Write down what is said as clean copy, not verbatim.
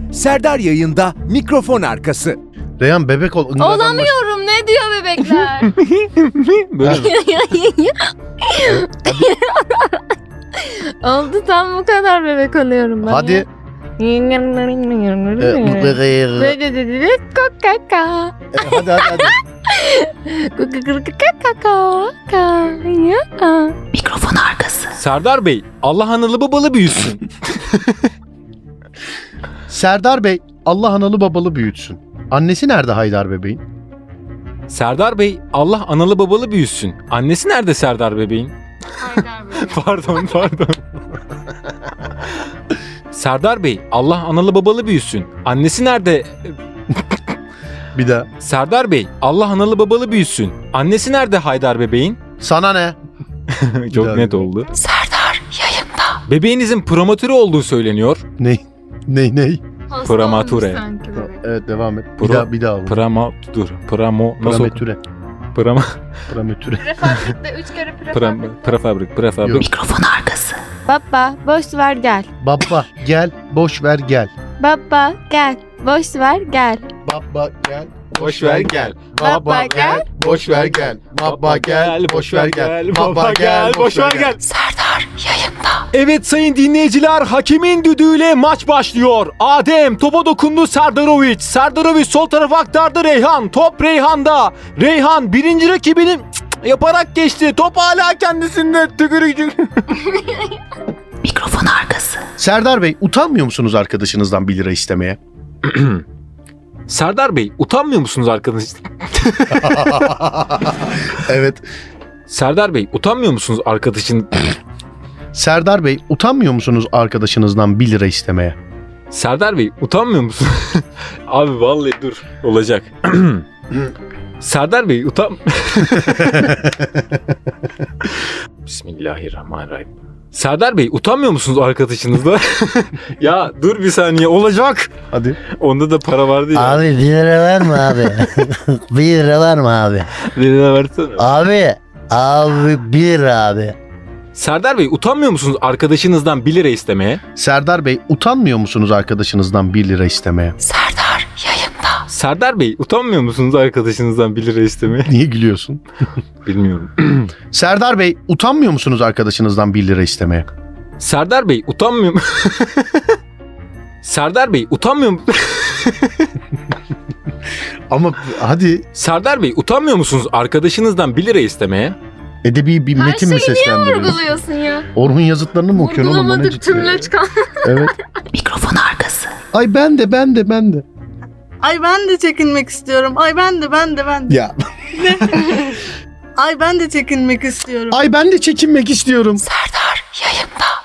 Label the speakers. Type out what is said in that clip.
Speaker 1: Serdar yayında mikrofon arkası.
Speaker 2: Reyhan bebek ol.
Speaker 3: Olamıyorum. Ne diyor bebekler? Oldu, tam bu kadar bebek oluyorum ben.
Speaker 2: Hadi. Hadi.
Speaker 3: Mikrofon arkası.
Speaker 4: Serdar Bey, Allah analı babalı büyüsün.
Speaker 2: Serdar Bey, Allah analı babalı büyütsün. Annesi nerede Haydar bebeğin?
Speaker 4: Serdar Bey, Allah analı babalı büyüsün. Annesi nerede Serdar bebeğin?
Speaker 3: Haydar Bey.
Speaker 4: Pardon. Serdar Bey, Allah analı babalı büyüsün. Annesi nerede?
Speaker 2: Bir daha.
Speaker 4: Serdar Bey, Allah analı babalı büyüsün. Annesi nerede Haydar bebeğin?
Speaker 2: Sana ne?
Speaker 4: Çok
Speaker 2: daha,
Speaker 4: net
Speaker 2: bir daha.
Speaker 4: oldu.
Speaker 3: Serdar yayında.
Speaker 4: Bebeğinizin prematüre olduğu söyleniyor.
Speaker 2: Ne?
Speaker 3: Hasta
Speaker 4: Premature.
Speaker 3: olmuş sanki bebek.
Speaker 2: Evet devam et.
Speaker 4: Pro-
Speaker 2: Bir daha.
Speaker 4: Nasıl oldu?
Speaker 2: Prematüre. Prematüre.
Speaker 3: Prefabrikte 3 kere prefabrik.
Speaker 4: Prefabrik.
Speaker 2: Yok.
Speaker 3: Mikrofon arkası. Baba boş ver gel.
Speaker 2: Baba gel, boş ver gel.
Speaker 3: Baba gel. Boş ver gel.
Speaker 2: Baba gel,
Speaker 4: Boş ver gel.
Speaker 3: Baba gel.
Speaker 2: boş ver gel. Baba gel, boş ver gel.
Speaker 4: Baba gel, boş ver gel.
Speaker 3: Serdar yayında.
Speaker 4: Evet sayın dinleyiciler, hakemin düdüğüyle maç başlıyor. Adem topa dokundu, Serdarovic sol tarafa aktardı Reyhan. Top Reyhan'da. Reyhan birinci rakibini yaparak geçti. Top hala kendisinde.
Speaker 3: Mikrofon arkası.
Speaker 2: Serdar Bey, utanmıyor musunuz arkadaşınızdan 1 lira istemeye?
Speaker 4: Serdar Bey, utanmıyor musunuz arkadaş?
Speaker 2: Evet.
Speaker 4: Serdar Bey, utanmıyor musunuz arkadaşın?
Speaker 2: Serdar Bey, utanmıyor musunuz arkadaşınızdan 1 lira istemeye?
Speaker 4: Serdar Bey, utanmıyor musun? Abi vallahi dur, olacak. Serdar Bey, Bismillahirrahmanirrahim. Serdar Bey, utanmıyor musunuz arkadaşınızda? Ya dur bir saniye, olacak.
Speaker 2: Hadi.
Speaker 4: Onda da para vardı ya.
Speaker 5: Abi 1 lira var mı abi? 1 lira var mı abi?
Speaker 4: Bir lira versene.
Speaker 5: Abi 1 lira abi.
Speaker 4: Serdar Bey, utanmıyor musunuz arkadaşınızdan 1 lira istemeye?
Speaker 2: Serdar Bey, utanmıyor musunuz arkadaşınızdan 1 lira istemeye?
Speaker 3: Serdar yayında.
Speaker 4: Serdar Bey, utanmıyor musunuz arkadaşınızdan 1 lira istemeye?
Speaker 2: Niye gülüyorsun?
Speaker 4: Bilmiyorum.
Speaker 2: Serdar Bey, utanmıyor musunuz arkadaşınızdan 1 lira istemeye?
Speaker 4: Serdar Bey, utanmıyor mu? Serdar Bey, utanmıyor mu?
Speaker 2: Ama hadi
Speaker 4: Serdar Bey, utanmıyor musunuz arkadaşınızdan 1 lira istemeye?
Speaker 2: edebi bir metin mi seslendiriyorsun?
Speaker 3: Vurguluyorsun ya.
Speaker 2: Orhun yazıtlarını mı okuyorsun oğlum? O ne
Speaker 3: Vurgulamadık,
Speaker 2: ciddi ya?
Speaker 3: tümleç kal.
Speaker 2: Evet.
Speaker 3: Mikrofon arkası.
Speaker 2: Ay ben de.
Speaker 6: Ay ben de çekinmek istiyorum. Ay ben de.
Speaker 2: Ya.
Speaker 6: Ay ben de çekinmek istiyorum.
Speaker 2: Ay ben de çekinmek istiyorum.
Speaker 3: Serdar yayında.